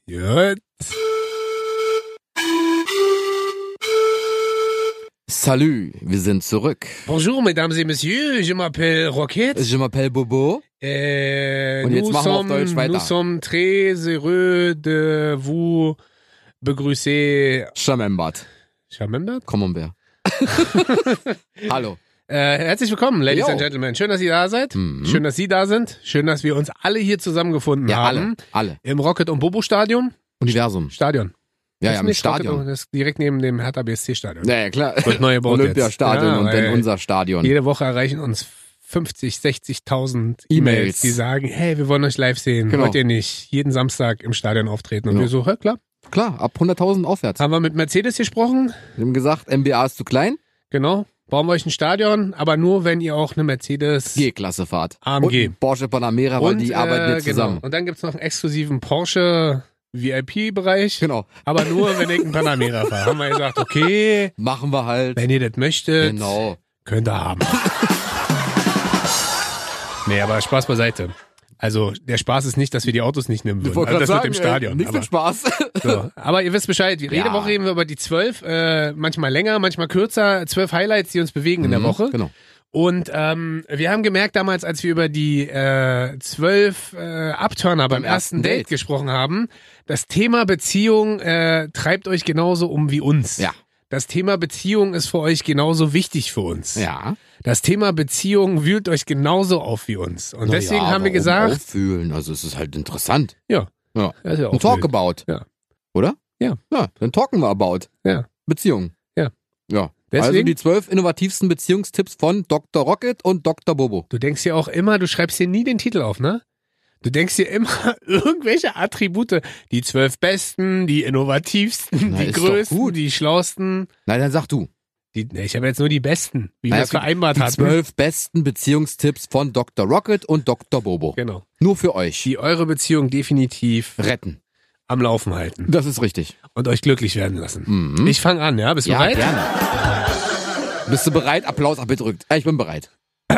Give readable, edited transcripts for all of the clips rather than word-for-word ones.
Gut. Salut, wir sind zurück. Bonjour, mesdames et messieurs, je m'appelle Rocket. Je m'appelle Bobo. Und jetzt machen wir auf Deutsch weiter. Nous sommes très heureux de vous begrüßen. Chamembert. Chamembert? Camembert. Hallo. Herzlich willkommen, Ladies Jo. and Gentlemen. Schön, dass ihr da seid. Mhm. Schön, dass Sie da sind. Schön, dass wir uns alle hier zusammengefunden Ja, haben. alle. Im Rocket- und Bobo-Stadion. Universum. Stadion. Ja, Das ja, ist im nicht Rocket, Stadion. das ist direkt neben dem Hertha BSC-Stadion. Ja, ja, klar. Wird neu gebaut Olympiastadion jetzt. und weil dann unser Stadion. Jede Woche erreichen uns 50, 60.000 E-Mails. E-Mails, die sagen, hey, wir wollen euch live sehen. Genau. Wollt ihr nicht jeden Samstag im Stadion auftreten? Und Genau. wir so, ja klar. Klar, ab 100.000 aufwärts. Haben wir mit Mercedes gesprochen? Wir haben gesagt, MBA ist zu klein. Genau. Bauen wir euch ein Stadion, aber nur, wenn ihr auch eine Mercedes G-Klasse fahrt. AMG. Und ein Porsche Panamera, weil die arbeiten jetzt zusammen. Genau. Und dann gibt's noch einen exklusiven Porsche VIP-Bereich. Genau. Aber nur, wenn ich einen Panamera fahre. Haben wir gesagt, okay, Machen wir halt. wenn ihr das möchtet, Genau. könnt ihr haben. Nee, aber Spaß beiseite. Also der Spaß ist nicht, dass wir die Autos nicht nehmen Ich würden. wollte Also, das gerade wird im sagen, Stadion. Nicht aber, für Spaß. so. Aber ihr wisst Bescheid, jede Ja. Woche reden wir über die 12, manchmal länger, manchmal kürzer, 12 Highlights, die uns bewegen in der Woche. Genau. Und wir haben gemerkt damals, als wir über die 12 Abturner beim ersten Date gesprochen haben, das Thema Beziehung treibt euch genauso um wie uns. Ja. Das Thema Beziehung ist für euch genauso wichtig für uns. Ja. Das Thema Beziehung wühlt euch genauso auf wie uns. Und deswegen ja, haben wir warum gesagt, auffühlen? Also es ist halt interessant. ja, Ja. das ist ja auch Ein Talk wild. about. Ja. Oder? Ja. Ja, dann talken wir about. Ja. Beziehungen. Ja. Ja. Deswegen- Also die 12 innovativsten Beziehungstipps von Dr. Rocket und Dr. Bobo. Du denkst ja auch immer, du schreibst dir nie den Titel auf, ne? Du denkst dir immer irgendwelche Attribute, die 12 besten, die innovativsten, Na, die ist doch größten, gut. die schlausten. Nein, dann sag du. Ich habe jetzt nur die besten, wie wir Naja, es vereinbart die hatten. 12 besten Beziehungstipps von Dr. Rocket und Dr. Bobo. Genau. Nur für euch. Die eure Beziehung definitiv Retten. am Laufen halten Das ist richtig. und euch glücklich werden lassen. Mhm. Ich fange an, ja? Bist du Ja, bereit? gerne. Bist du bereit? Applaus abgedrückt. Ich bin bereit.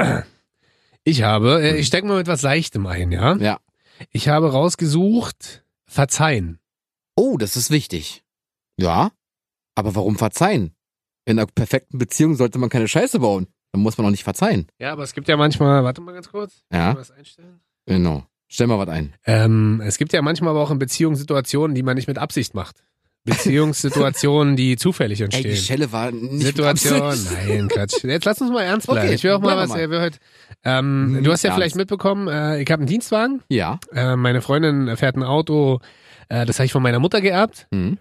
Ich habe, ich steck mal mit was Leichtem ein, ja? Ja. Ich habe rausgesucht, verzeihen. Oh, das ist wichtig. Ja. Aber warum verzeihen? In einer perfekten Beziehung sollte man keine Scheiße bauen. Dann muss man auch nicht verzeihen. Ja, aber es gibt ja manchmal, warte mal ganz kurz. Ja. Was einstellen? Genau. Stell mal was ein. Es gibt ja manchmal aber auch in Beziehungen Situationen, die man nicht mit Absicht macht. Beziehungssituationen, die zufällig Ey, entstehen. die Schelle war nicht Situation, mit Absicht. nein, Quatsch. Jetzt lass uns mal ernst bleiben. Okay, Ich will auch mal bleiben was, wir wir heute, du hast ja Ernst. vielleicht mitbekommen, ich habe einen Dienstwagen. Ja. Meine Freundin fährt ein Auto, das habe ich von meiner Mutter geerbt. Mhm.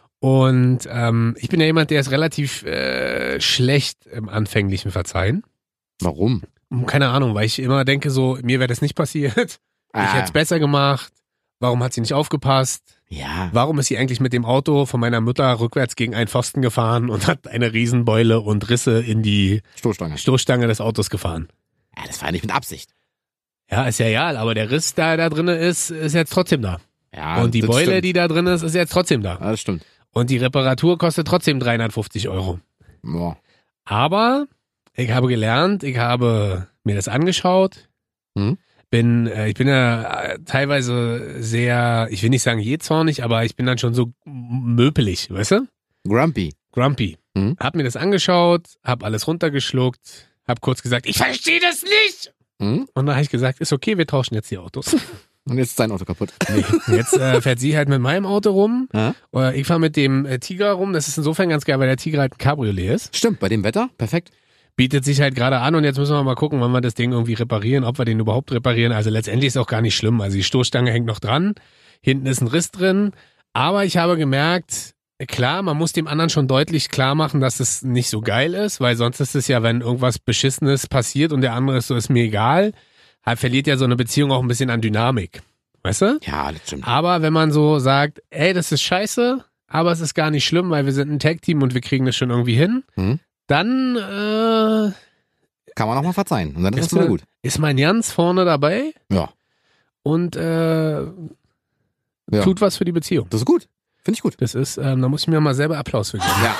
Und ich bin ja jemand, der ist relativ schlecht im anfänglichen Verzeihen. Warum? Keine Ahnung, weil ich immer denke so, mir wäre das nicht passiert. Ich hätte es besser gemacht. Warum hat sie nicht aufgepasst? Ja. Warum ist sie eigentlich mit dem Auto von meiner Mutter rückwärts gegen einen Pfosten gefahren und hat eine Riesenbeule und Risse in die Stoßstange. Stoßstange des Autos gefahren? Ja, das war nicht mit Absicht. Ja, ist ja egal, aber der Riss, der da drin ist jetzt trotzdem da. Ja, Und die das Beule, stimmt. die da drin ist jetzt trotzdem da. Ja, das stimmt. Und die Reparatur kostet trotzdem 350 €. Boah. Aber ich habe gelernt, ich habe mir das angeschaut. Mhm. Ich bin ja teilweise sehr, ich will nicht sagen jähzornig, aber ich bin dann schon so möpelig, weißt du? Grumpy. Grumpy. Mhm. Hab mir das angeschaut, hab alles runtergeschluckt, hab kurz gesagt, ich verstehe das nicht. Mhm. Und dann habe ich gesagt, ist okay, wir tauschen jetzt die Autos. Und jetzt ist dein Auto kaputt. Nee, jetzt fährt sie halt mit meinem Auto rum. Ja? Oder ich fahre mit dem Tiger rum. Das ist insofern ganz geil, weil der Tiger halt ein Cabriolet ist. Stimmt, bei dem Wetter, perfekt. Bietet sich halt gerade an und jetzt müssen wir mal gucken, wann wir das Ding irgendwie reparieren, ob wir den überhaupt reparieren. Also letztendlich ist auch gar nicht schlimm. Also die Stoßstange hängt noch dran. Hinten ist ein Riss drin. Aber ich habe gemerkt, klar, man muss dem anderen schon deutlich klar machen, dass es nicht so geil ist, weil sonst ist es ja, wenn irgendwas Beschissenes passiert und der andere ist so, ist mir egal, halt verliert ja so eine Beziehung auch ein bisschen an Dynamik. Weißt du? Ja, das stimmt. Aber wenn man so sagt, ey, das ist scheiße, aber es ist gar nicht schlimm, weil wir sind ein Tag-Team und wir kriegen das schon irgendwie hin, Mhm. dann Kann man auch mal verzeihen. Und dann ist es wieder gut. ist mein Jans vorne dabei Ja. und tut was für die Beziehung. Das ist gut. Finde ich gut. Das ist, da muss ich mir mal selber Applaus für geben. Ja.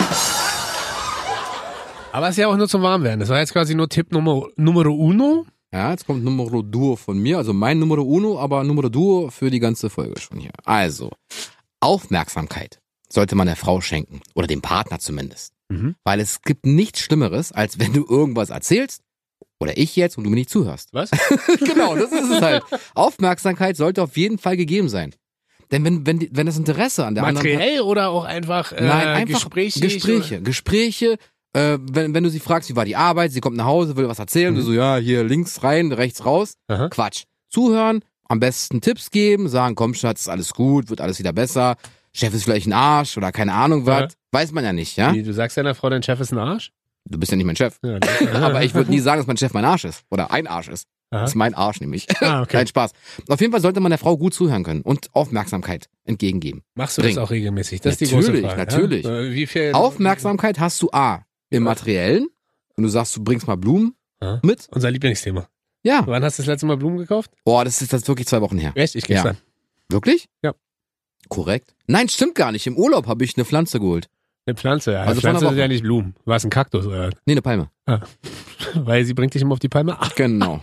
Aber es ist ja auch nur zum Warmwerden. Das war jetzt quasi nur Tipp Numero uno. Ja, jetzt kommt Numero Duo von mir, also mein Numero Uno, aber Numero Duo für die ganze Folge schon hier. Also, Aufmerksamkeit sollte man der Frau schenken. Oder dem Partner zumindest. Weil es gibt nichts Schlimmeres, als wenn du irgendwas erzählst, oder ich jetzt, und du mir nicht zuhörst. Was? Genau, das ist es halt. Aufmerksamkeit sollte auf jeden Fall gegeben sein. Denn wenn das Interesse an der Materiell oder auch einfach, Nein, einfach Gespräche? Gespräche, wenn du sie fragst, wie war die Arbeit, sie kommt nach Hause, will was erzählen, du so, ja, hier links rein, rechts raus. Aha. Quatsch. Zuhören, am besten Tipps geben, sagen, komm Schatz, ist alles gut, wird alles wieder besser. Chef ist vielleicht ein Arsch oder keine Ahnung was. Ja. Weiß man ja nicht, ja? Wie, du sagst deiner Frau, dein Chef ist ein Arsch? Du bist ja nicht mein Chef. Ja, Aber ich würde nie sagen, dass mein Chef mein Arsch ist. Oder ein Arsch ist. Aha. Das ist mein Arsch nämlich. Ah, okay. Kein Spaß. Auf jeden Fall sollte man der Frau gut zuhören können und Aufmerksamkeit entgegengeben. Machst du Bring. das auch regelmäßig? Das ist die große Frage. Natürlich. Ja? Wie viel? Aufmerksamkeit hast du im Materiellen. Und du sagst, du bringst mal Blumen Ja. mit. Unser Lieblingsthema. Ja. Wann hast du das letzte Mal Blumen gekauft? Boah, das ist wirklich 2 Wochen her. Echt? Ich gestern. Wirklich? Ja. Korrekt. Nein, stimmt gar nicht. Im Urlaub habe ich eine Pflanze geholt. Eine Pflanze, ja. Also Also vor einer Pflanze sind Woche. ja nicht Blumen. War es ein Kaktus, oder? Nee, eine Palme. Weil sie bringt dich immer auf die Palme. Ach, Genau.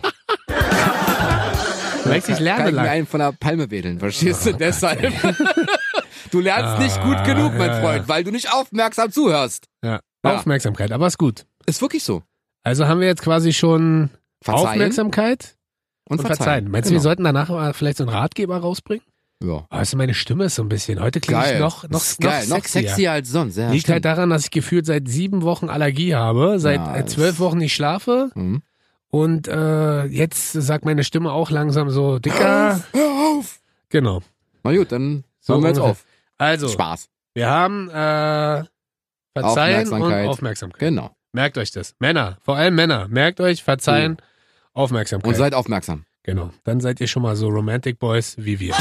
weil ich Kann lerne ich mir lang. einen von der Palme wedeln, verstehst du? Deshalb. Du lernst nicht gut genug, mein ja, Freund, weil du nicht aufmerksam zuhörst. Ja. Ja. Aufmerksamkeit, aber ist gut. Ist wirklich so. Also haben wir jetzt quasi schon Verzeihen Aufmerksamkeit und verzeihen. Meinst du, wir sollten danach mal vielleicht so einen Ratgeber rausbringen? Ja. Also meine Stimme ist so ein bisschen. Heute klinge ich Geil. noch Ist geil. Noch sexier als sonst. Ja, Liegt stimmt. halt daran, dass ich gefühlt seit 7 Wochen Allergie habe, seit Ja, 12 Wochen nicht schlafe Mhm. und jetzt sagt meine Stimme auch langsam so dicker. Hör auf! Genau. Na gut, dann So hören wir jetzt ungefähr. auf. Also, Spaß. wir haben Verzeihen und Aufmerksamkeit. Aufmerksamkeit. Genau. Merkt euch das. Männer, vor allem Männer, merkt euch Verzeihen, Aufmerksamkeit. Und seid aufmerksam. Genau. Dann seid ihr schon mal so Romantic Boys wie wir.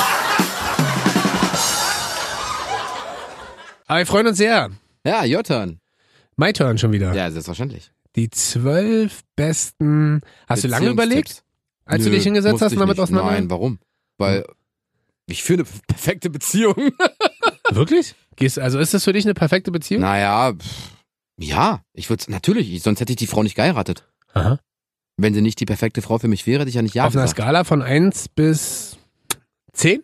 Aber wir freuen uns sehr. Ja, your turn. My turn schon wieder. Ja, selbstverständlich. Die 12 besten. Hast du lange überlegt, Beziehungstipps. als du Nö, dich hingesetzt musste hast und ich damit nicht. auseinander? Nein, warum? Weil ich führe eine perfekte Beziehung. Wirklich? Also ist das für dich eine perfekte Beziehung? Naja, ja, ich würde natürlich, sonst hätte ich die Frau nicht geheiratet. Aha. Wenn sie nicht die perfekte Frau für mich wäre, hätte ich ja nicht ja Auf einer gesagt. Skala von 1 bis 10?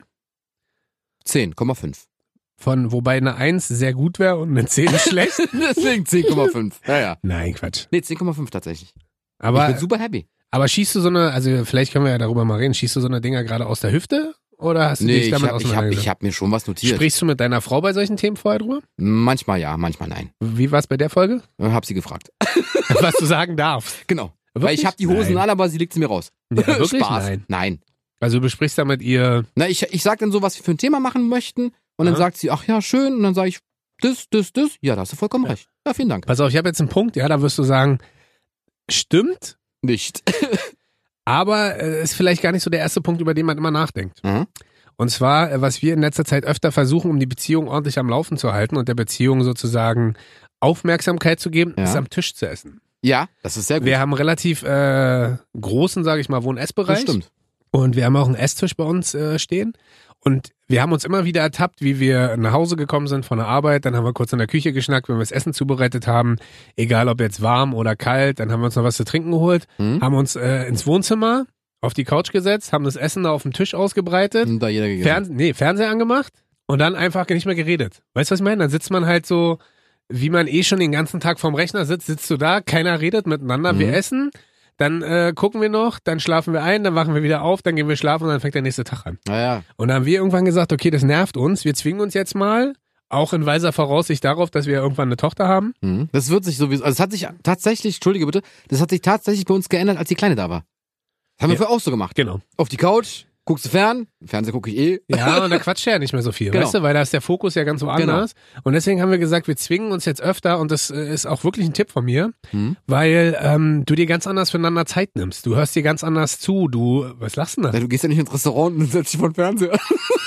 10,5. Wobei eine 1 sehr gut wäre und eine 10 schlecht? Deswegen 10,5. Ja. Nein, Quatsch. Nee, 10,5 tatsächlich. Ich Aber, bin super happy. aber schießt du so eine, also vielleicht können wir ja darüber mal reden, schießt du so eine Dinger gerade aus der Hüfte? Oder hast du Nee, dich ich damit hab auseinandergesetzt? mir schon was notiert. Sprichst du mit deiner Frau bei solchen Themen vorher drüber? Manchmal ja, manchmal nein. Wie war es bei der Folge? Hab sie gefragt. Was du sagen darfst. Genau. Weil Wirklich? ich hab die Hosen Nein. an, aber sie legt sie mir raus. Ja, wirklich? Spaß. Nein. Also du besprichst da mit ihr. Na, ich sag dann so, was wir für ein Thema machen möchten. Und dann Aha. sagt sie, ach ja, schön. Und dann sage ich, das. Ja, da hast du vollkommen recht. Ja, vielen Dank. Pass auf, ich habe jetzt einen Punkt, ja, da wirst du sagen, stimmt, Nicht. aber ist vielleicht gar nicht so der erste Punkt, über den man immer nachdenkt. Mhm. Und zwar, was wir in letzter Zeit öfter versuchen, um die Beziehung ordentlich am Laufen zu halten und der Beziehung sozusagen Aufmerksamkeit zu geben, Ja. ist am Tisch zu essen. Ja, das ist sehr gut. Wir haben relativ großen, sage ich mal, Wohn-Essbereich. Das stimmt. Und wir haben auch einen Esstisch bei uns stehen. Und wir haben uns immer wieder ertappt, wie wir nach Hause gekommen sind von der Arbeit. Dann haben wir kurz in der Küche geschnackt, wenn wir das Essen zubereitet haben. Egal ob jetzt warm oder kalt. Dann haben wir uns noch was zu trinken geholt. Mhm. Haben uns ins Wohnzimmer auf die Couch gesetzt, haben das Essen da auf dem Tisch ausgebreitet. Und da jeder gegessen. Fernseher angemacht und dann einfach nicht mehr geredet. Weißt du, was ich meine? Dann sitzt man halt so, wie man schon den ganzen Tag vorm Rechner sitzt du da, keiner redet miteinander, wir Mhm. essen, dann gucken wir noch, dann schlafen wir ein, dann wachen wir wieder auf, dann gehen wir schlafen und dann fängt der nächste Tag an. Naja. Und dann haben wir irgendwann gesagt, okay, das nervt uns, wir zwingen uns jetzt mal, auch in weiser Voraussicht darauf, dass wir irgendwann eine Tochter haben. Mhm. Das wird sich sowieso, also es hat sich tatsächlich, entschuldige bitte, das hat sich tatsächlich bei uns geändert, als die Kleine da war. Das haben wir Ja. vorher auch so gemacht. Genau. Auf die Couch, guckst du fern, Fernseher gucke ich eh. Ja, und da quatscht er ja nicht mehr so viel, Genau. weißt du, weil da ist der Fokus ja ganz woanders. Und deswegen haben wir gesagt, wir zwingen uns jetzt öfter, und das ist auch wirklich ein Tipp von mir, Mhm. weil du dir ganz anders füreinander Zeit nimmst. Du hörst dir ganz anders zu. Was lachst du denn da? Ja, du gehst ja nicht ins Restaurant und setzt dich vor den Fernseher.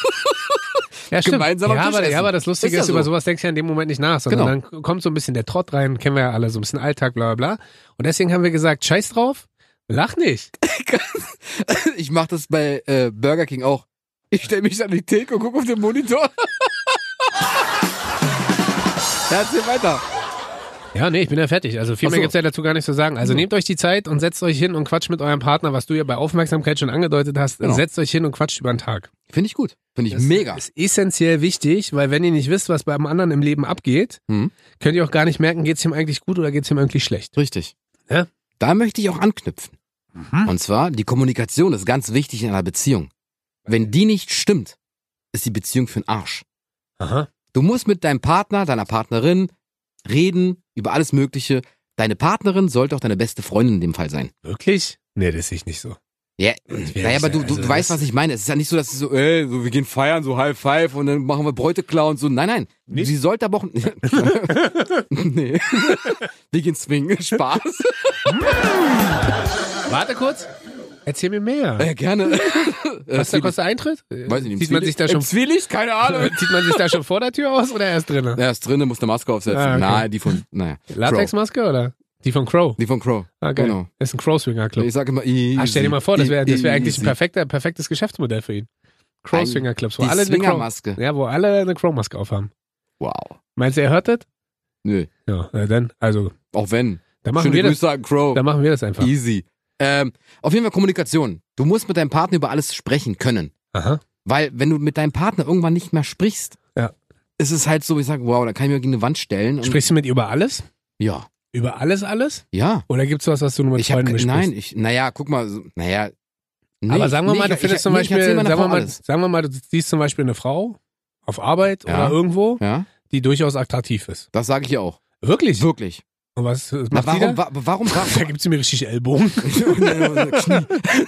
Ja, stimmt. gemeinsam am ja, Tisch aber, essen. ja, aber das Lustige Ist ist, ja über so. sowas denkst du ja in dem Moment nicht nach, sondern dann kommt so ein bisschen der Trott rein, kennen wir ja alle, so ein bisschen Alltag, bla bla bla. Und deswegen haben wir gesagt, scheiß drauf, lach nicht. Ich mach das bei Burger King auch. Ich stelle mich an die Theke und gucke auf den Monitor. Erzähl weiter. Ja, nee, ich bin ja fertig. Also viel mehr gibt's ja dazu gar nicht zu sagen. Also nehmt euch die Zeit und setzt euch hin und quatscht mit eurem Partner, was du ja bei Aufmerksamkeit schon angedeutet hast. Genau. Setzt euch hin und quatscht über den Tag. Finde ich gut. Finde ich mega. Das ist essentiell wichtig, weil wenn ihr nicht wisst, was beim anderen im Leben abgeht, könnt ihr auch gar nicht merken, geht's ihm eigentlich gut oder geht's ihm eigentlich schlecht. Richtig. Ja? Da möchte ich auch anknüpfen. Und zwar, die Kommunikation ist ganz wichtig in einer Beziehung. Wenn die nicht stimmt, ist die Beziehung für den Arsch. Aha. Du musst mit deinem Partner, deiner Partnerin reden über alles Mögliche. Deine Partnerin sollte auch deine beste Freundin in dem Fall sein. Wirklich? Nee, das sehe ich nicht so. Ja, naja, aber du weißt, was ich meine. Es ist ja nicht so, dass es so, wir gehen feiern, so High Five und dann machen wir Bräuteklau und so. Nein. Nicht? Sie sollte aber auch... nee. Wir gehen swingen. Spaß. Warte kurz. Erzähl mir mehr. Ja, gerne. Was kostet der Eintritt? Weiß ich nicht. Sieht man sich da schon... Im Zwielicht? Keine Ahnung. Zieht man sich da schon vor der Tür aus oder erst drinnen? Er ist drinnen, muss eine Maske aufsetzen. Ah, okay. Nein, die von... Naja. Latexmaske oder? Die von Crow? Die von Crow. Ah, geil. Genau. Das ist ein Crow-Swinger-Club. Ich sage immer easy. Stell dir mal vor, das wäre eigentlich easy. ein perfektes Geschäftsmodell für ihn. Crow-Swinger-Clubs, wo Die alle eine Swingermaske. wo alle eine Crow-Maske aufhaben. Wow. Meinst du, er hört das? Nö. Ja, na dann, also, Auch wenn. dann machen Schöne wir das. Grüße an Crow. Dann machen wir das einfach. Easy. Auf jeden Fall Kommunikation. Du musst mit deinem Partner über alles sprechen können. Aha. Weil, wenn du mit deinem Partner irgendwann nicht mehr sprichst, Ja. ist es halt so, ich sage, wow, da kann ich mir gegen eine Wand stellen. Und Sprichst du mit ihr über alles? Ja. Über alles? Ja. Oder gibt's was du nur mit Freunden besprichst? Naja, guck mal, naja. Nee, Aber sagen wir mal, du findest zum Beispiel, erzähl meiner sagen Frau wir alles. mal, du siehst zum Beispiel eine Frau auf Arbeit Ja. oder irgendwo, Ja, die durchaus attraktiv ist. das sage ich ihr auch. Wirklich? Wirklich. Und was Na, macht die da? warum? Da gibt's mir richtig Ellbogen. Knie.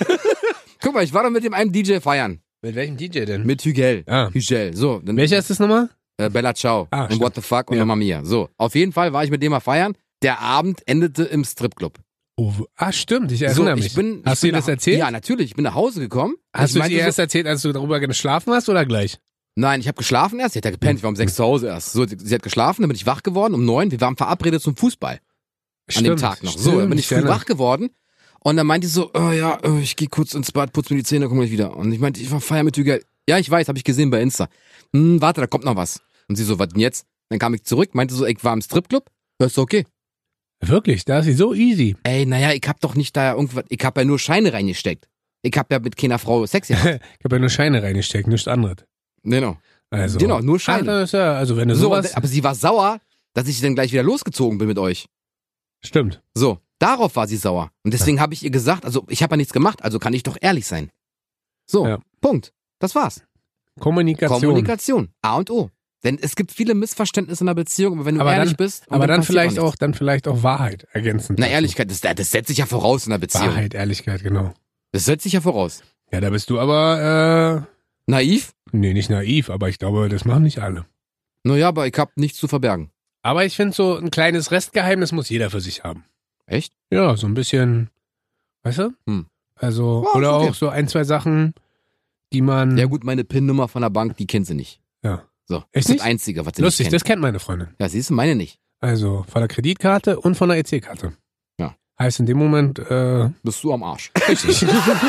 Guck mal, ich war doch mit dem einen DJ feiern. Mit welchem DJ denn? Mit Hügel. Ah. Hügel. So, dann Welcher ist das nochmal? Bella Ciao Ah, und stimmt. What the Fuck und Ja. Mamma Mia. So, auf jeden Fall war ich mit dem mal feiern. Der Abend endete im Stripclub. Oh, stimmt, ich erinnere mich. Hast du ihr das erzählt? Ja, natürlich. Ich bin nach Hause gekommen. Hast Ich du meinte ihr so, erst erzählt, als du darüber geschlafen hast oder gleich? Nein, ich habe geschlafen erst. Sie hat ja gepennt. Ich war um 6 zu Hause erst. So, sie hat geschlafen, dann bin ich wach geworden um 9. Wir waren verabredet zum Fußball. An dem Tag noch. So, dann bin ich früh wach geworden. Und dann meinte sie so, ich gehe kurz ins Bad, putze mir die Zähne, komm gleich wieder. Und ich meinte, ich war feiern mit Hügel. Ja, ich weiß, habe ich gesehen bei Insta. Warte, da kommt noch was. Und sie so, was denn jetzt? Dann kam ich zurück, meinte so, ich war im Stripclub. Das ist okay. Wirklich? Da ist sie so easy. Ey, naja, ich hab doch nicht da irgendwas, ich hab ja nur Scheine reingesteckt. Ich hab ja mit keiner Frau Sex gehabt. Ich habe ja nur Scheine reingesteckt, nichts anderes. Genau. Also. Genau, nur Ah, Scheine. das ist ja, also wenn du So, sowas... aber sie war sauer, dass ich dann gleich wieder losgezogen bin mit euch. Stimmt. So, darauf war sie sauer. Und deswegen habe ich ihr gesagt, also ich habe ja nichts gemacht, also kann ich doch ehrlich sein. So, Ja. Punkt. Das war's. Kommunikation. Kommunikation. A und O. Denn es gibt viele Missverständnisse in einer Beziehung, aber wenn du Aber ehrlich dann- bist. Aber dann passiert vielleicht auch Wahrheit ergänzend. Na, dazu. Ehrlichkeit, das setzt sich ja voraus in einer Beziehung. Wahrheit, Ehrlichkeit, genau. Das setzt sich ja voraus. Ja, da bist du aber, Naiv? nee, nicht naiv, aber ich glaube, das machen nicht alle. Naja, aber ich hab nichts zu verbergen. Aber ich finde, so ein kleines Restgeheimnis muss jeder für sich haben. Echt? Ja, so ein bisschen, weißt du? Also, Ja, oder ist okay. auch so ein, zwei Sachen, die man... Ja gut, meine PIN-Nummer von der Bank, die kennt sie nicht. Ja. So, Echt das ist nicht? das Einzige, was sie Lustig, nicht das kennt. kennt meine Freundin. Ja, siehst du, meine nicht. Also von der Kreditkarte und von der EC-Karte. Ja. Heißt in dem Moment, Bist du am Arsch. richtig.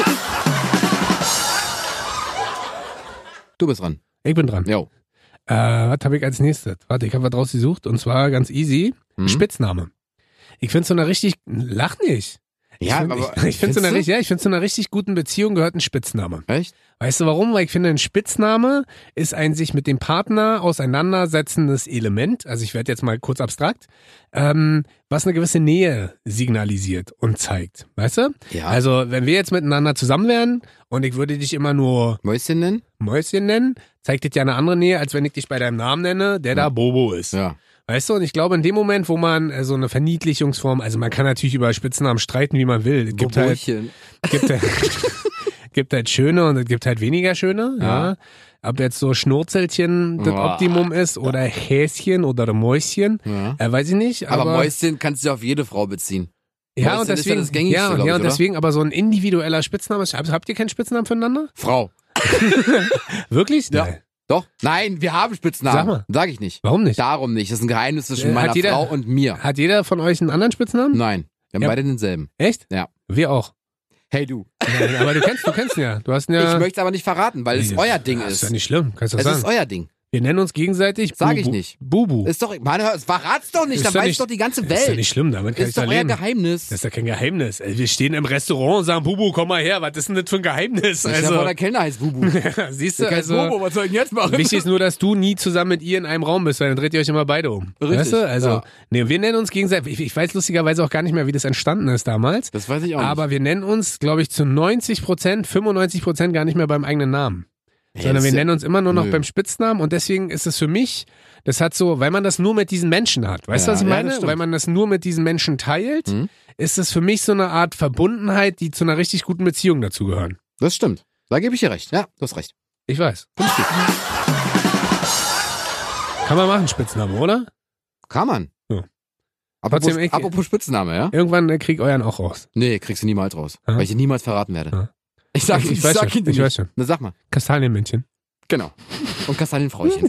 Du bist dran. Ich bin dran. Jo. Was habe ich als nächstes? Warte, ich habe was rausgesucht und zwar ganz easy. Mhm. Spitzname. Ich finde so eine richtig, lach nicht. Ja, ich aber finde findest du? ich finde zu einer richtig guten Beziehung gehört ein Spitzname. Echt? Weißt du warum? Weil ich finde, ein Spitzname ist ein sich mit dem Partner auseinandersetzendes Element. Also ich werde jetzt mal kurz abstrakt, was eine gewisse Nähe signalisiert und zeigt. Weißt du? Ja. Also wenn wir jetzt miteinander zusammen wären und ich würde dich immer nur Mäuschen nennen? Mäuschen nennen, zeigt das ja eine andere Nähe, als wenn ich dich bei deinem Namen nenne, der da Bobo ist. Ja. Weißt du, und ich glaube, in dem Moment, wo man so eine Verniedlichungsform, also man kann natürlich über Spitznamen streiten, wie man will. Es gibt halt, Bobochen. gibt halt schöne und es gibt halt weniger schöne. Ja. Ob jetzt so Schnurzelchen das Boah. Optimum ist oder Häschen oder Mäuschen, Ja. weiß ich nicht. Aber Mäuschen kannst du ja auf jede Frau beziehen. ja, Mäuschen und ist ja deswegen, das Gängigste, glaub ich, und oder? deswegen aber so ein individueller Spitzname. Habt ihr keinen Spitznamen füreinander? Frau. Wirklich? Ja. Nein. Doch? Nein, wir haben Spitznamen. Sag mal. Sag ich nicht. Warum nicht? Darum nicht. Das ist ein Geheimnis zwischen Hat meiner jeder- Frau und mir. Hat jeder von euch einen anderen Spitznamen? Nein. Wir haben Ja. beide denselben. Echt? Ja. Wir auch. Hey du. Nein, aber du kennst ihn ja. Du hast ihn ja. Ich möchte es aber nicht verraten, weil es Nee, euer Ding das ist. ist ja nicht schlimm. Kannst du Es sagen. ist euer Ding. Wir nennen uns gegenseitig Sag ich nicht. Bubu. Ist doch, Mann, verrat's doch nicht, dann weiß doch die ganze Welt. Ist doch nicht schlimm, damit kann ist ich da doch euer leben. Geheimnis. Das ist ja kein Geheimnis. Wir stehen im Restaurant und sagen, Bubu, komm mal her, was ist denn das für ein Geheimnis? Ich Also, der Kellner heißt Bubu. siehst du, Also, also, Bubu, was soll ich denn jetzt machen? wichtig ist nur, dass du nie zusammen mit ihr in einem Raum bist, weil dann dreht ihr euch immer beide um. Richtig, Weißt du? Also, ja. nee, wir nennen uns gegenseitig, ich weiß lustigerweise auch gar nicht mehr, wie das entstanden ist damals. Das weiß ich auch nicht. Aber wir nennen uns, glaube ich, zu 95% gar nicht mehr beim eigenen Namen. Sondern wir nennen uns immer nur noch beim Spitznamen und deswegen ist es für mich, das hat so, weil man das nur mit diesen Menschen hat. Weißt du, was ich meine? Weil man das nur mit diesen Menschen teilt, ist es für mich so eine Art Verbundenheit, die zu einer richtig guten Beziehung dazugehören. Das stimmt. Da gebe ich dir recht. Ja, du hast recht. Ich weiß. Kann man machen, Spitzname, oder? Kann man. Ja. Apropos Spitzname, ja? Irgendwann krieg euren auch raus. Nee, kriegst du niemals raus. Ja. Weil ich dir niemals verraten werde. Ja. Ich weiß schon. Na, sag mal. Kastanienmännchen. Genau. Und Kastanienfrauchen.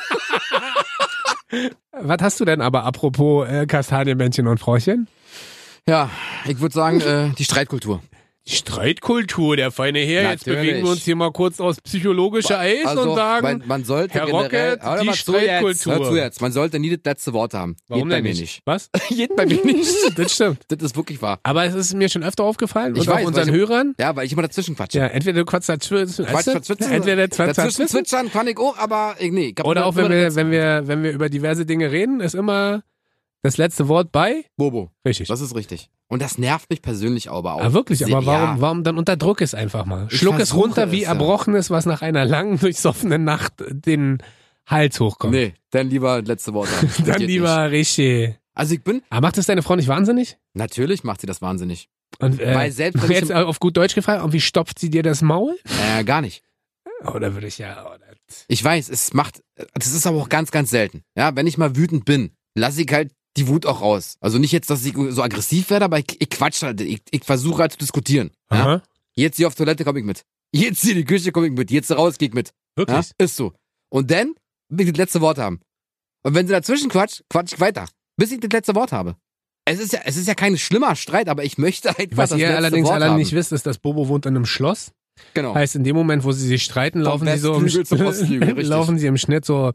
Was hast du denn aber apropos Kastanienmännchen und Frauchen? Ja, ich würde sagen, die Streitkultur. Die Streitkultur, der feine Herr. Jetzt Natürlich. bewegen wir uns hier mal kurz aufs psychologische Eis und sagen, man sollte Herr generell, Rocket, die Streitkultur. Hör zu jetzt. Man sollte nie das letzte Wort haben. Warum Geht bei denn mir nicht? nicht. Was? Geht bei mir nicht. Das stimmt. Das ist wirklich wahr. Aber es ist mir schon öfter aufgefallen Ich und weiß, auch unseren weil ich- Hörern. Ja, weil ich immer dazwischen quatsche. Ja, entweder du quatschst dazwischen, entweder Dazwischen zwitschern kann ich auch, aber nee. Ich hab oder immer- auch wenn immer wir über diverse Dinge reden, ist immer das letzte Wort bei. Bobo. Richtig. Das ist richtig. Und das nervt mich persönlich aber auch. Ah, wirklich, aber Ja. warum dann unterdrück es einfach mal? Ich Schluck es versuche runter wie es, ja. Erbrochenes, was nach einer langen, durchsoffenen Nacht den Hals hochkommt. Nee, dann lieber das letzte Wort haben. Das Dann geht lieber nicht. richtig. Also ich bin, Aber macht das deine Frau nicht wahnsinnig? natürlich macht sie das wahnsinnig. Und, Weil selbst wenn ich jetzt auf gut Deutsch gefragt, und wie stopft sie dir das Maul? gar nicht. Oder würde ich ja. Ich weiß, das ist aber auch ganz, ganz selten. Ja, wenn ich mal wütend bin, lasse ich halt die Wut auch raus. Also nicht jetzt, dass ich so aggressiv werde, aber ich quatsch halt. Ich versuche halt zu diskutieren. Ja? Aha. Jetzt hier auf Toilette komme ich mit. Jetzt hier in die Küche komme ich mit. Jetzt raus gehe ich mit. Ja? Wirklich? Ist so. Und dann will ich das letzte Wort haben. Und wenn sie dazwischen quatscht, quatsch ich weiter. Bis ich das letzte Wort habe. Es ist ja kein schlimmer Streit, aber ich möchte einfach Was das ihr letzte allerdings Wort alle haben. nicht wisst, ist, dass Bobo wohnt in einem Schloss. Genau. Heißt, in dem Moment, wo sie sich streiten, Vom laufen sie so Westflügel zum Ostflügel, richtig. laufen sie im Schnitt so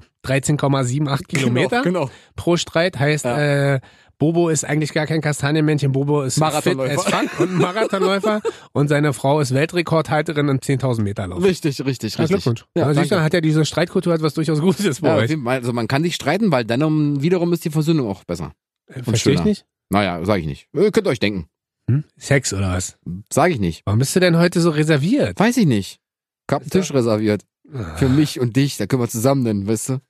13,78 Kilometer Genau. pro Streit. Heißt, Bobo ist eigentlich gar kein Kastanienmännchen. Bobo ist Marathonläufer. fit as fuck und ein Marathonläufer. Und seine Frau ist Weltrekordhalterin im 10.000 Meter Lauf. Richtig. Ja, Glückwunsch. Ja, Ja, siehst du, danke. hat ja diese Streitkultur etwas durchaus Gutes bei Ja, auf euch. jeden Fall. Also man kann sich streiten, weil dann wiederum ist die Versöhnung auch besser. Verstehe ich schöner. nicht. Naja, sag ich nicht. Könnt ihr euch denken. Sex oder was? Sag ich nicht. Warum bist du denn heute so reserviert? Weiß ich nicht. Ich hab einen Tisch reserviert. Für mich und dich. Da können wir zusammen nennen, weißt du?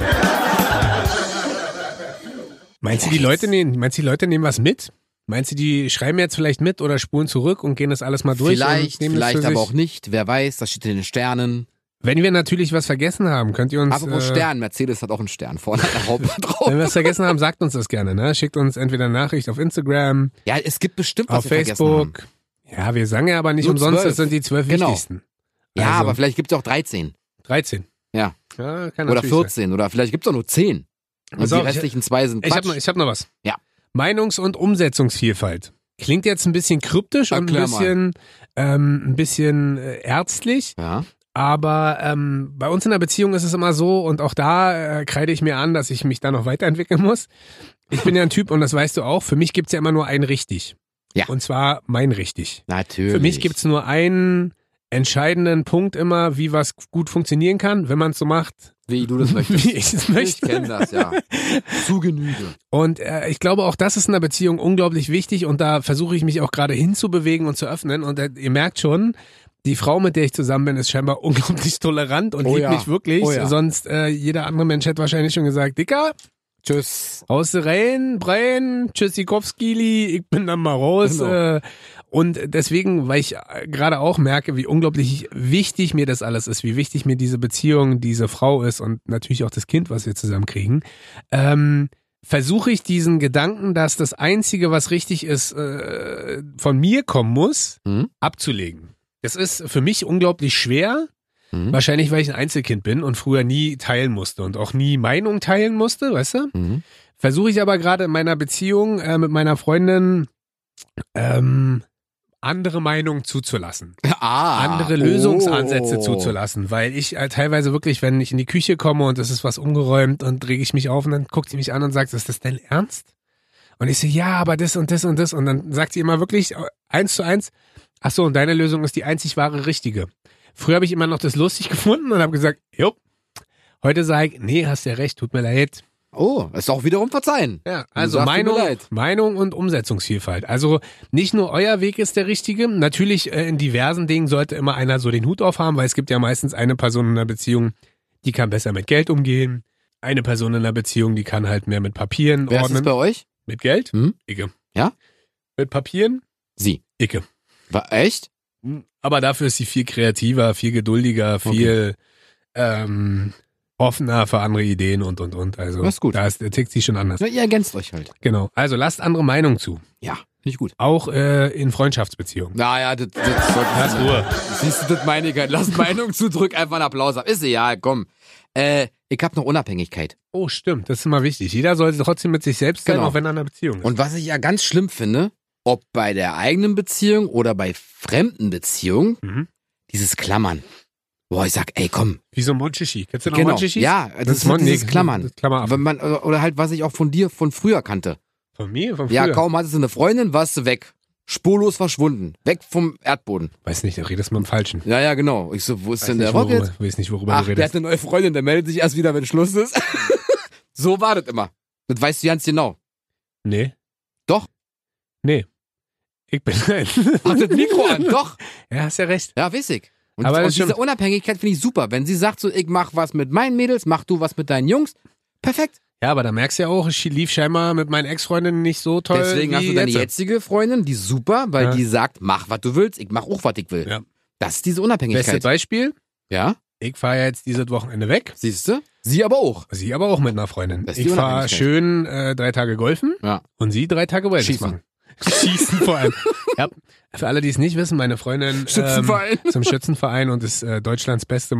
Meinst du, die Leute nehmen was mit? Meinst du, die schreiben jetzt vielleicht mit oder spulen zurück und gehen das alles mal durch? Vielleicht, und nehmen das vielleicht für aber sich? auch nicht. Wer weiß, das steht in den Sternen. Wenn wir natürlich was vergessen haben, könnt ihr uns, Apropos Stern, Mercedes hat auch einen Stern vorne an der Haube drauf. wenn wir es vergessen haben, sagt uns das gerne, ne? Schickt uns entweder eine Nachricht auf Instagram, Ja, es gibt bestimmt was auf wir vergessen haben. Facebook. Ja, wir sagen ja aber nicht Nur umsonst, 12. das sind die 12 Genau. wichtigsten. Ja, Also, aber vielleicht gibt's auch 13. 13. Ja. Ja, kann Oder natürlich 14. Oder vielleicht gibt's auch nur 10. Und Pass die auf, restlichen 2 sind Ich Quatsch. hab noch was. Ja. Meinungs- und Umsetzungsvielfalt. Klingt jetzt ein bisschen kryptisch und ein bisschen ärztlich. Ja. Aber bei uns in der Beziehung ist es immer so, und auch da kreide ich mir an, dass ich mich da noch weiterentwickeln muss. Ich bin ja ein Typ, und das weißt du auch, für mich gibt's ja immer nur ein richtig. Ja. Und zwar mein richtig. Natürlich. Für mich gibt's nur einen entscheidenden Punkt immer, wie was gut funktionieren kann, wenn man es so macht, Wie du das möchtest. wie ich es Ich möchte. kenne das, ja. Zu Genüge. Und ich glaube, auch das ist in der Beziehung unglaublich wichtig, und da versuche ich mich auch gerade hinzubewegen und zu öffnen. Und ihr merkt schon, die Frau, mit der ich zusammen bin, ist scheinbar unglaublich tolerant und Oh liebt ja. mich wirklich. Oh ja. Sonst jeder andere Mensch hätte wahrscheinlich schon gesagt, Dicker, Tschüss. aus der Rein, Brein, Tschüssikowskili, ich bin dann mal raus. Genau. Und deswegen, weil ich gerade auch merke, wie unglaublich wichtig mir das alles ist, wie wichtig mir diese Beziehung, diese Frau ist und natürlich auch das Kind, was wir zusammen kriegen, versuche ich diesen Gedanken, dass das Einzige, was richtig ist, von mir kommen muss, abzulegen. Das ist für mich unglaublich schwer. Wahrscheinlich, weil ich ein Einzelkind bin und früher nie teilen musste und auch nie Meinung teilen musste, weißt du? Versuche ich aber gerade in meiner Beziehung mit meiner Freundin andere Meinungen zuzulassen. Andere Lösungsansätze zuzulassen. Weil ich teilweise wirklich, wenn ich in die Küche komme und es ist was umgeräumt und rege ich mich auf und dann guckt sie mich an und sagt, ist das dein Ernst? Und ich so, ja, aber das und das und das. Und dann sagt sie immer wirklich 1:1, ach so, und deine Lösung ist die einzig wahre richtige. Früher habe ich immer noch das lustig gefunden und habe gesagt, jo. Heute sage ich, nee, hast ja recht, tut mir leid. Oh, ist auch wiederum verzeihen. Ja, also Meinung und Umsetzungsvielfalt. Also nicht nur euer Weg ist der richtige. Natürlich in diversen Dingen sollte immer einer so den Hut aufhaben, weil es gibt ja meistens eine Person in einer Beziehung, die kann besser mit Geld umgehen. Eine Person in einer Beziehung, die kann halt mehr mit Papieren Wer ordnen. ist es bei euch? Mit Geld? Hm? Icke. Ja? Mit Papieren? Sie. Icke. War echt? Aber dafür ist sie viel kreativer, viel geduldiger, viel offener für andere Ideen und. Also das ist gut. Da tickt sie schon anders. Ja, ihr ergänzt euch halt. Genau. Also lasst andere Meinungen zu. Ja, finde ich gut. Auch in Freundschaftsbeziehungen. Naja, das sollte Lass Ruhe. Siehst du, das meine ich halt. Lass Meinung zu, drück einfach einen Applaus ab. Ist egal, komm. Ich hab noch Unabhängigkeit. Oh, stimmt. Das ist immer wichtig. Jeder sollte trotzdem mit sich selbst sein, Genau. auch wenn er in einer Beziehung ist. Und was ich ja ganz schlimm finde, ob bei der eigenen Beziehung oder bei fremden Beziehungen, dieses Klammern. Boah, ich sag, ey, komm. Wie so ein Monchichi. Kennst du noch Genau. Monchichis? Ja, das ist dieses Klammern. Das Klammer ab. Wenn man, oder halt, was ich auch von dir von früher kannte. Von mir? Von früher? Ja, kaum hattest du eine Freundin, warst du weg. Spurlos verschwunden. Weg vom Erdboden. Weiß nicht, du redest mit dem Falschen. Ja, genau. Ich so, wo ist denn der Rock jetzt? Weiß nicht, worüber Ach, du der redest. hat eine neue Freundin, der meldet sich erst wieder, wenn Schluss ist. So war das immer. Das weißt du ganz genau. Nee. Doch. Nee. Ich bin Mach das Mikro an, doch. Ja, hast ja recht. Ja, weiß ich. Und, Aber das und diese stimmt. Unabhängigkeit finde ich super. Wenn sie sagt so, ich mach was mit meinen Mädels, mach du was mit deinen Jungs. Perfekt. Ja, aber da merkst du ja auch, es lief scheinbar mit meinen Ex-Freundinnen nicht so toll. Deswegen wie hast du deine jetzt. jetzige Freundin, die ist super, weil Ja. die sagt, mach was du willst, ich mach auch was ich will. Ja. Das ist diese Bestes Unabhängigkeit. Beispiel, Ja, ich fahre ja jetzt dieses Wochenende weg. siehst du? Sie aber auch. Sie aber auch mit einer Freundin. Das ist die Ich fahre Unabhängigkeit. schön 3 Tage golfen Ja. und sie 3 Tage Wellness Schießen. machen. Schießen vor allem. Ja, für alle, die es nicht wissen, meine Freundin Schützenverein. zum Schützenverein und ist Deutschlands beste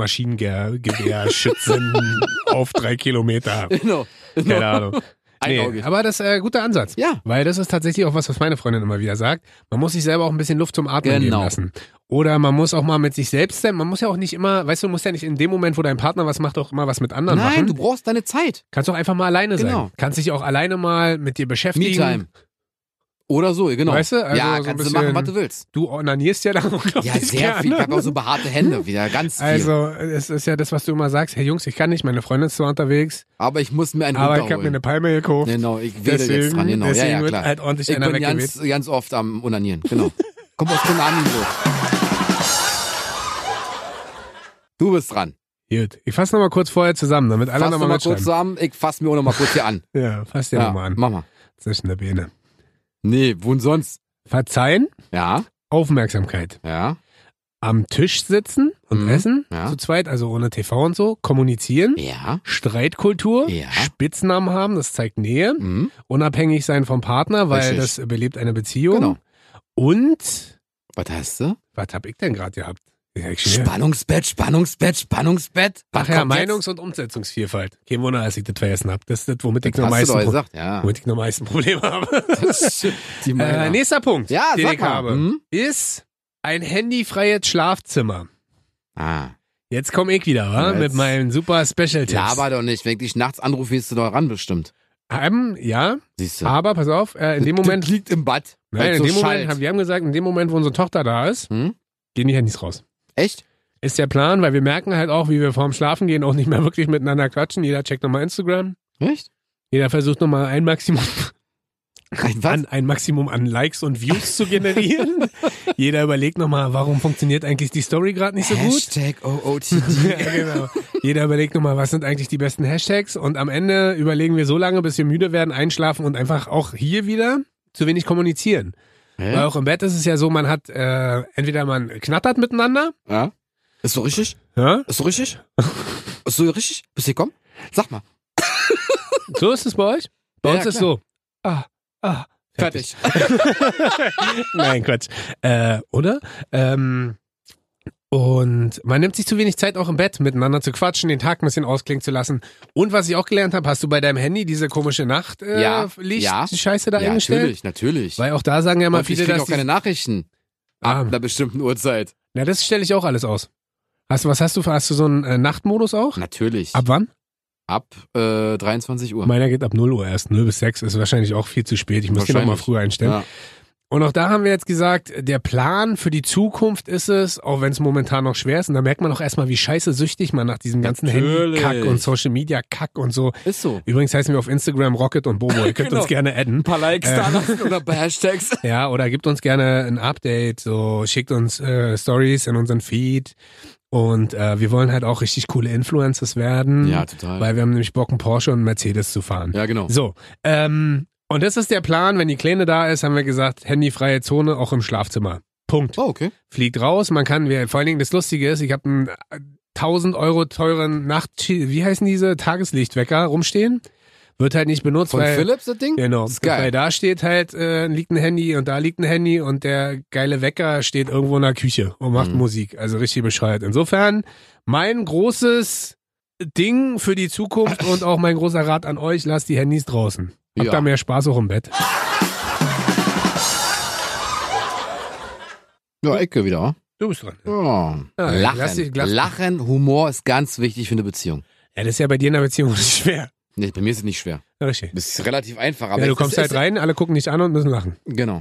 Maschinengewehr-Schützen auf 3 Kilometer. Genau. Keine Ahnung. Nee, Einaugig. aber das ist ein guter Ansatz. Ja. Weil das ist tatsächlich auch was meine Freundin immer wieder sagt. Man muss sich selber auch ein bisschen Luft zum Atmen geben Genau. lassen. Oder man muss auch mal mit sich selbst sein. Man muss ja auch nicht immer, weißt du, musst ja nicht in dem Moment, wo dein Partner was macht, auch immer was mit anderen Nein, machen. du brauchst deine Zeit. Kannst auch einfach mal alleine Genau. sein. Kannst dich auch alleine mal mit dir beschäftigen. Me-Time. Oder so, genau. Weißt du? Also ja, so ein kannst du bisschen- machen, was du willst. Du onanierst ja dann unglaublich Ja, sehr gerne. viel. Ich habe auch so behaarte Hände, wieder ganz viel. Also, es ist ja das, was du immer sagst. Hey Jungs, ich kann nicht, meine Freundin ist zwar unterwegs, aber ich muss mir einen aber ich habe mir runterholen. eine Palme gekauft. Genau, ich wähle jetzt dran, genau. Ja, deswegen ja, wird klar. halt ordentlich Ich einer bin weggeweht. ganz oft am Unanieren, genau. Komm aus dem Niveau. Du bist dran. Gut, ich fasse nochmal kurz vorher zusammen, damit alle Fass nochmal noch mal kurz mitschreiben. zusammen, ich fass mir auch noch mal kurz hier an. Ja, fass dir nochmal an. mach mal. Zwischen der Beine. Nee, wo denn sonst? Verzeihen, Ja, Aufmerksamkeit. ja, Am Tisch sitzen und essen, ja. zu zweit, also ohne TV und so, kommunizieren, ja. Streitkultur, Ja. Spitznamen haben, das zeigt Nähe, Mhm. unabhängig sein vom Partner, weil Richtig. das belebt eine Beziehung. Genau. Und, Was hast du? was hab ich denn gerade gehabt? Ja, ich schon- Spannungsbett, Spannungsbett, Spannungsbett. Ach Was ja, kommt jetzt? Meinungs- und Umsetzungsvielfalt. Kein Wunder, als ich das vergessen habe. Das ist das, womit ich Das noch hast du doch meisten, gesagt, ja. womit ich noch meisten Probleme habe. Die Meinung. Nächster Punkt, Ja, den sag ich mal. habe, Mhm. ist ein handyfreies Schlafzimmer. Ah. Jetzt komme ich wieder, wa? Jetzt. Mit meinen super Special-Tipps. Laber doch nicht. Wenn ich dich nachts anrufe, gehst du doch ran bestimmt. Ja, Siehst du. aber pass auf, in dem Moment, Das liegt im Bad. nein, weil in so dem Moment, schallt. wir haben gesagt, in dem Moment, wo unsere Tochter da ist, Hm? gehen die Handys raus. Echt? Ist der Plan, weil wir merken halt auch, wie wir vorm Schlafen gehen, auch nicht mehr wirklich miteinander quatschen. Jeder checkt nochmal Instagram. Echt? Jeder versucht nochmal ein Maximum Was? ein Maximum an Likes und Views zu generieren. Jeder überlegt nochmal, warum funktioniert eigentlich die Story gerade nicht so gut. Hashtag OOTD. Ja, genau. Jeder überlegt nochmal, was sind eigentlich die besten Hashtags, und am Ende überlegen wir so lange, bis wir müde werden, einschlafen und einfach auch hier wieder zu wenig kommunizieren. Weil auch im Bett ist es ja so, man hat entweder man knattert miteinander, Ja? Ist so richtig? ja? Ist so richtig? Ist so richtig? Bist du gekommen? Sag mal. So ist es bei euch? Bei Ja, uns ist klar. so. Fertig. Nein, Quatsch. Oder? Und man nimmt sich zu wenig Zeit auch im Bett, miteinander zu quatschen, den Tag ein bisschen ausklingen zu lassen. Und was ich auch gelernt habe, hast du bei deinem Handy diese komische Nacht Ja, Licht, ja. die Scheiße da Ja, eingestellt? natürlich. Weil auch da sagen ja mal Und ich viele, krieg dass auch keine Nachrichten. Ab einer bestimmten Uhrzeit. Ja, das stelle ich auch alles aus. Was hast du so einen Nachtmodus auch? Natürlich. Ab wann? Ab 23 Uhr. Meiner geht ab 0 Uhr erst. 0 bis 6 ist wahrscheinlich auch viel zu spät. Ich muss den noch mal früher einstellen. Ja. Und auch da haben wir jetzt gesagt, der Plan für die Zukunft ist es, auch wenn es momentan noch schwer ist, und da merkt man auch erstmal, wie scheiße süchtig man nach diesem ganzen Handy-Kack und Social-Media-Kack und so. Ist so. Übrigens heißen wir auf Instagram Rocket und Bobo. Ihr könnt uns gerne adden. Ein paar Likes da lassen oder ein paar Hashtags. Ja, oder gebt uns gerne ein Update, so schickt uns Stories in unseren Feed. Und wir wollen halt auch richtig coole Influencers werden. Ja, total. Weil wir haben nämlich Bock, einen Porsche und einen Mercedes zu fahren. Ja, genau. So, und das ist der Plan, wenn die Kleine da ist, haben wir gesagt, handyfreie Zone auch im Schlafzimmer. Punkt. Oh, okay. Fliegt raus, man kann, vor allen Dingen das Lustige ist, ich habe einen 1000 Euro teuren wie heißen diese, Tageslichtwecker rumstehen. Wird halt nicht benutzt, Von weil... Philips, das Ding? Genau, Das ist geil. weil da steht halt, liegt ein Handy und da liegt ein Handy und der geile Wecker steht irgendwo in der Küche und macht Musik. Also richtig bescheuert. Insofern, mein großes Ding für die Zukunft und auch mein großer Rat an euch, lasst die Handys draußen. Habt da mehr Spaß auch im Bett. Ja, Ecke wieder, wa? Du bist dran. Ja. Ja, lass dich- Lachen, Humor ist ganz wichtig für eine Beziehung. Ja, das ist ja bei dir in der Beziehung nicht schwer. Nee, bei mir ist es nicht schwer. Ja, richtig. Das ist relativ einfach. Aber Ja, du es kommst ist, halt rein, alle gucken dich an und müssen lachen. Genau.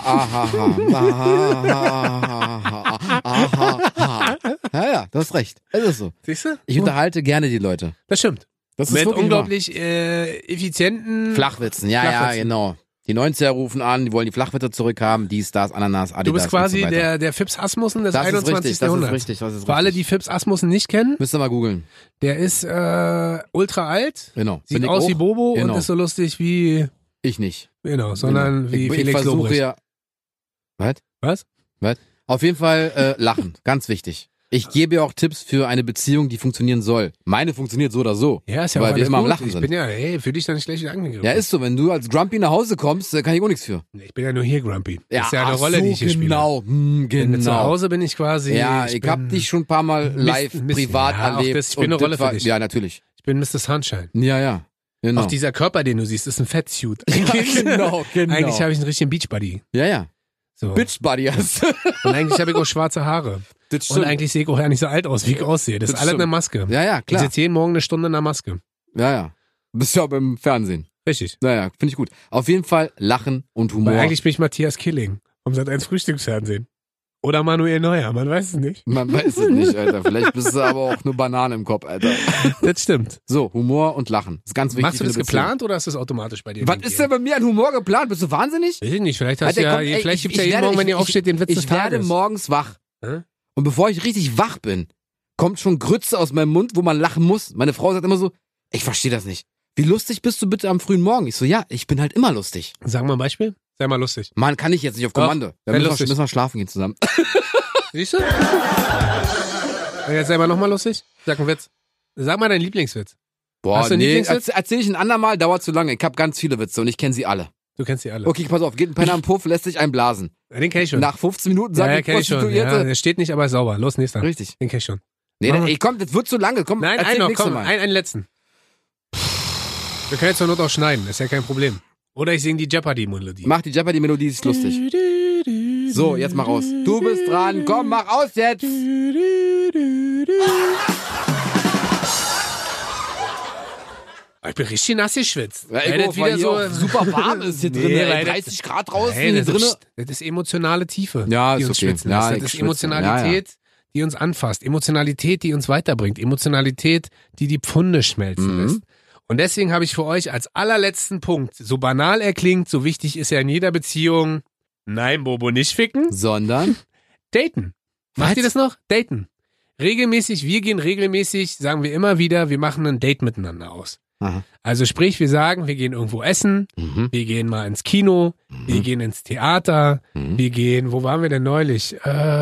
Ja, du hast recht. Es ist so. Siehst du? Ich unterhalte gerne die Leute. Das stimmt. Das ist Mit wirklich unglaublich effizienten... Flachwitzen, ja, Flachwitzen. genau. Die 90er rufen an, die wollen die Flachwitze zurückhaben, dies, das, Ananas, Adidas. Du bist quasi und so weiter. der Fips Asmussen des Das ist 21. richtig, das ist Jahrhunderts. richtig, das ist richtig. Für alle, die Fips Asmussen nicht kennen, Müsst ihr mal googeln. der ist ultra alt, Genau. sieht Bin ich aus auch? wie Bobo Genau. und ist so lustig wie, Ich nicht. genau, sondern Genau. wie ich Felix versuche Lobrecht. ja. Was? Was? Auf jeden Fall lachen, ganz wichtig. Ich gebe ja auch Tipps für eine Beziehung, die funktionieren soll. Meine funktioniert so oder so. Ja, ist ja Weil auch wir alles immer am gut. Lachen Ich sind. bin ja, hey, für dich dann nicht schlecht angegriffen. Ja, ist so. Wenn du als Grumpy nach Hause kommst, kann ich auch nichts für. Ich bin ja nur hier Grumpy. Das ist ja eine ach Rolle, so, die ich hier spiele. genau. Wenn zu Genau. Hause bin ich quasi, Ja, ich hab dich schon ein paar Mal live privat ja, auch erlebt. das- ich bin eine und Rolle das für dich. Ja, natürlich. ich bin Mr. Sunshine. Ja. Genau. Auch dieser Körper, den du siehst, ist ein Fettsuit. ja, genau. Eigentlich habe ich einen richtigen Beachbody. Ja. So. Bitch Buddy hast du. Und eigentlich habe ich auch schwarze Haare. Das Und eigentlich sehe ich auch ja nicht so alt aus, wie ich aussehe. Das ist Das alles stimmt. eine Maske. Ja, Ich klar. sitze jeden Morgen eine Stunde in der Maske. Ja. Bist ja auch beim Fernsehen. Richtig. Naja, finde ich gut. Auf jeden Fall Lachen und Humor. Weil eigentlich bin ich Matthias Killing vom Sat.1 Frühstücksfernsehen. Oder Manuel Neuer, man weiß es nicht. Man weiß es nicht, Alter. Vielleicht bist du aber auch nur Banane im Kopf, Alter. Das stimmt. So, Humor und Lachen. Ist ganz wichtig. Machst du das für eine Beziehung. geplant oder ist das automatisch bei dir? Was ist denn bei mir an Humor geplant? Bist du wahnsinnig? Weiß ich nicht, vielleicht hast Alter, du ja, komm, ey, vielleicht ich gibt's ja jeden werde- Morgen, wenn ihr ich- aufsteht, den Witz des Ich werde Tages. morgens wach. Hä? Und bevor ich richtig wach bin, kommt schon Grütze aus meinem Mund, wo man lachen muss. Meine Frau sagt immer so, ich verstehe das nicht. Wie lustig bist du bitte am frühen Morgen? Ich so, ja, ich bin halt immer lustig. Sag mal ein Beispiel. Sei mal lustig. Man kann ich jetzt nicht auf Kommando. Doch, Dann sei müssen lustig. müssen wir schlafen gehen zusammen. Siehst du? Und jetzt sei mal nochmal lustig. Sag einen Witz. Sag mal deinen Lieblingswitz. Boah, Hast du einen nee, Lieblingswitz? erzähl ich ein andermal, dauert zu lange. Ich habe ganz viele Witze und ich kenne sie alle. Du kennst die alle. Okay, pass auf, geht ein Penner am Puff, lässt sich einblasen. Ja, den kenn ich schon. Nach 15 Minuten ja, sagt ja, die kenn ich schon. Prostituierte. Ja, der steht nicht, aber ist sauber. Los, nächster. Richtig. Den kenn ich schon. Nee, Mach mal. ey, komm, das wird zu lange. Komm, Nein, erzähl einen noch, nächstes komm, Mal. einen letzten. Wir können jetzt zur Not auch schneiden, ist ja kein Problem. Oder ich singe die Jeopardy-Melodie. Mach die Jeopardy-Melodie, ist lustig. So, jetzt mach aus. Du bist dran. Komm, mach aus jetzt. Ich bin richtig nass geschwitzt. Ja, Weil das wieder so super warm ist hier drin. weil 30 Grad draußen Nein, hier das drin. das ist emotionale Tiefe, Ja, die ist uns okay. schwitzen Ja, lässt. ich Das ist schwitze. Emotionalität, die uns anfasst. Emotionalität, die uns weiterbringt. Emotionalität, die die Pfunde schmelzen lässt. Und deswegen habe ich für euch als allerletzten Punkt, so banal er klingt, so wichtig ist er in jeder Beziehung, nein, Bobo, nicht ficken, Sondern? daten. Macht ihr das noch? Daten. Regelmäßig, wir gehen regelmäßig, sagen wir immer wieder, wir machen ein Date miteinander aus. Aha. Also sprich, wir sagen, wir gehen irgendwo essen, wir gehen mal ins Kino, wir gehen ins Theater, wir gehen, wo waren wir denn neulich?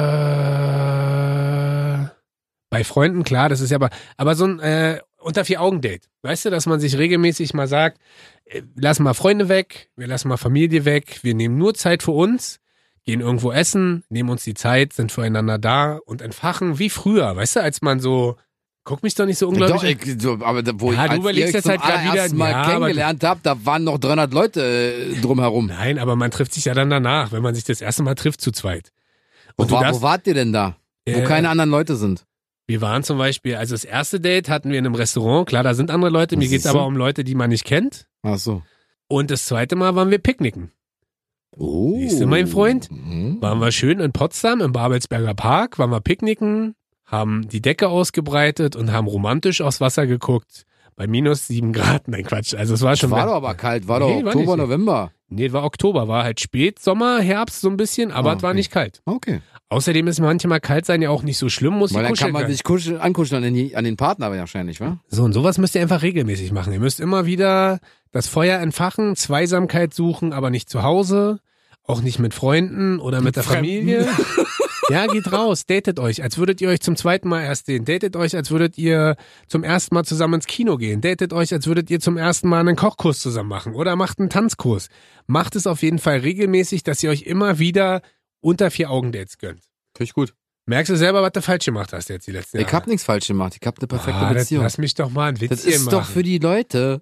Bei Freunden, klar, das ist ja aber so ein unter 4-Augen-Date. Weißt du, dass man sich regelmäßig mal sagt, lassen mal Freunde weg, wir lassen mal Familie weg, wir nehmen nur Zeit für uns, gehen irgendwo essen, nehmen uns die Zeit, sind füreinander da und entfachen wie früher, weißt du, als man so, guck mich doch nicht so unglaublich. Doch, aber wo Ja, ich du als überlegst ihr jetzt zum halt grad wieder- allerersten Mal ja, aber- kennengelernt habe, da waren noch 300 Leute drumherum. Nein, aber man trifft sich ja dann danach, wenn man sich das erste Mal trifft zu zweit. Und Wo wart ihr denn da? Wo keine anderen Leute sind? Wir waren zum Beispiel, also das erste Date hatten wir in einem Restaurant. Klar, da sind andere Leute. Mir geht's aber um Leute, die man nicht kennt. Ach so. Und das zweite Mal waren wir picknicken. Oh. Siehst du, mein Freund? Waren wir schön in Potsdam im Babelsberger Park, waren wir picknicken, haben die Decke ausgebreitet und haben romantisch aufs Wasser geguckt. Bei -7 Grad. Nein, Quatsch. Also es war schon. War doch aber kalt, war doch Oktober, November. Nee, war Oktober, war halt spät, Sommer, Herbst so ein bisschen, aber es war nicht kalt. Okay. Außerdem ist manchmal kalt sein ja auch nicht so schlimm, muss Weil ich dann kann man sich ankuscheln an den Partner wahrscheinlich, wa? So, und sowas müsst ihr einfach regelmäßig machen. Ihr müsst immer wieder das Feuer entfachen, Zweisamkeit suchen, aber nicht zu Hause, auch nicht mit Freunden oder mit der Familie. Ja, geht raus, datet euch, als würdet ihr euch zum zweiten Mal erst sehen. Datet euch, als würdet ihr zum ersten Mal zusammen ins Kino gehen. Datet euch, als würdet ihr zum ersten Mal einen Kochkurs zusammen machen oder macht einen Tanzkurs. Macht es auf jeden Fall regelmäßig, dass ihr euch immer wieder unter 4-Augen-Dates gönnt. Finde ich gut. Merkst du selber, was du falsch gemacht hast jetzt die letzten Jahre? Ich hab nichts falsch gemacht. Ich hab eine perfekte Beziehung. Lass mich doch mal ein Witzchen Das ist machen. doch für die Leute.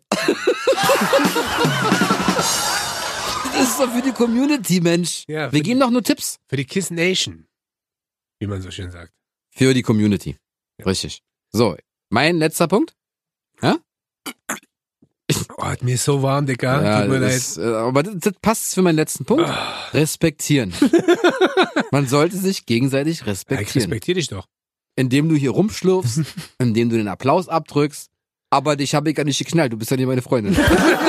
Das ist doch für die Community, Mensch. Ja, Wir geben doch nur Tipps. Für die Kiss Nation, wie man so schön sagt. Für die Community. Ja. Richtig. So, mein letzter Punkt. Ja? Oh, mir ist so warm, Dicker. Ja, Tut mir leid. aber das passt für meinen letzten Punkt. Respektieren. Man sollte sich gegenseitig Ich respektieren. respektiere dich doch. Indem du hier rumschlurfst, indem du den Applaus abdrückst. Aber dich habe ich gar nicht geknallt. Du bist ja nicht meine Freundin.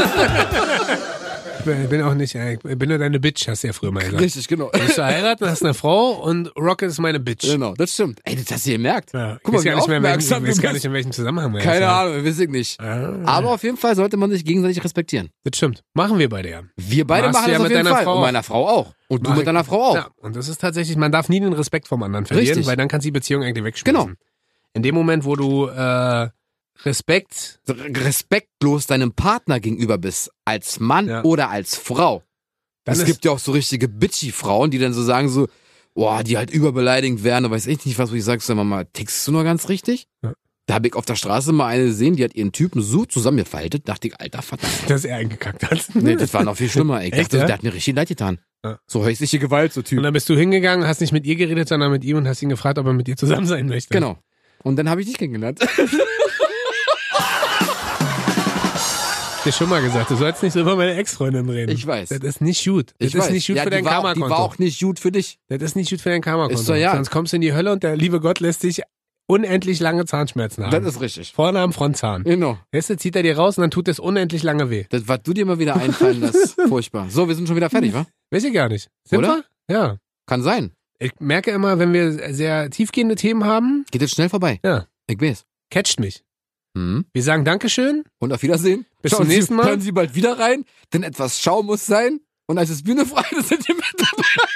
Ich bin auch nicht, ich bin nur deine Bitch, hast du ja früher mal gesagt. Richtig, genau. Du bist verheiratet, hast eine Frau und Rocket ist meine Bitch. Genau, das stimmt. Ey, das hast du gemerkt. Ja, Guck mal, ich weiß wie gar nicht mehr, aufmerksam ich weiß du gar bist. nicht, in welchem Zusammenhang wir Keine das haben. Ahnung, weiß ich nicht. Ah. Aber auf jeden Fall sollte man sich gegenseitig respektieren. Das stimmt. Machen wir beide ja. Wir beide Machst machen du ja das auf mit jeden deiner Fall. Frau Und auch. meiner Frau auch. Und du Mach mit ich. deiner Frau auch. Ja, und das ist tatsächlich, man darf nie den Respekt vom anderen verlieren, Richtig. weil dann kannst du die Beziehung eigentlich wegschmeißen. Genau. In dem Moment, wo du Respekt, Respektlos deinem Partner gegenüber bist, als Mann Ja. oder als Frau. Dann Es ist- gibt ja auch so richtige Bitchy-Frauen, die dann so sagen so, boah, die halt überbeleidigend werden und weiß ich nicht was, wo ich sag, sag mal, tickst du nur ganz richtig? Ja. Da habe ich auf der Straße mal eine gesehen, die hat ihren Typen so zusammengefaltet, dachte ich, alter Vater. dass er eingekackt hat. Nee, das war noch viel schlimmer. Ich Echt, dachte, ja? der hat mir richtig leid getan. Ja. So häusliche Gewalt, so Und Typ. dann bist du hingegangen, hast nicht mit ihr geredet, sondern mit ihm und hast ihn gefragt, ob er mit dir zusammen sein möchte. Genau. Und dann habe ich dich kennengelernt. Ich hab dir schon mal gesagt, du sollst nicht so über meine Ex-Freundin reden. Ich weiß. Das ist nicht gut. Das Ich ist weiß. nicht gut Ja, für dein die war Karma-Konto. auch nicht gut für dich. Das ist nicht gut für dein Karma-Konto. Ist doch ja. Sonst kommst du in die Hölle und der liebe Gott lässt dich unendlich lange Zahnschmerzen haben. Das ist richtig. Vorne am Frontzahn. Genau. Weißt du, zieht er dir raus und dann tut es unendlich lange weh. Das, was du dir mal wieder einfallen lässt, furchtbar. So, wir sind schon wieder fertig, wa? Weiß ich gar nicht. Sind Oder? wir? Ja. Kann sein. Ich merke immer, wenn wir sehr tiefgehende Themen haben, Geht jetzt schnell vorbei. ja, Ich weiß. catcht mich. Mhm. Wir sagen Dankeschön. Und auf Wiedersehen. Bis zum nächsten Mal. Hören Sie bald wieder rein, denn etwas Schau muss sein. Und als es Bühne frei ist, sind Sie mit dabei.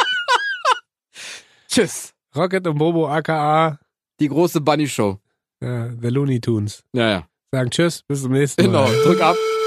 Tschüss. Rocket und Bobo aka Die große Bunny Show. The Looney Tunes. Ja, ja. Sagen Tschüss, bis zum nächsten Mal. Genau. Drück ab.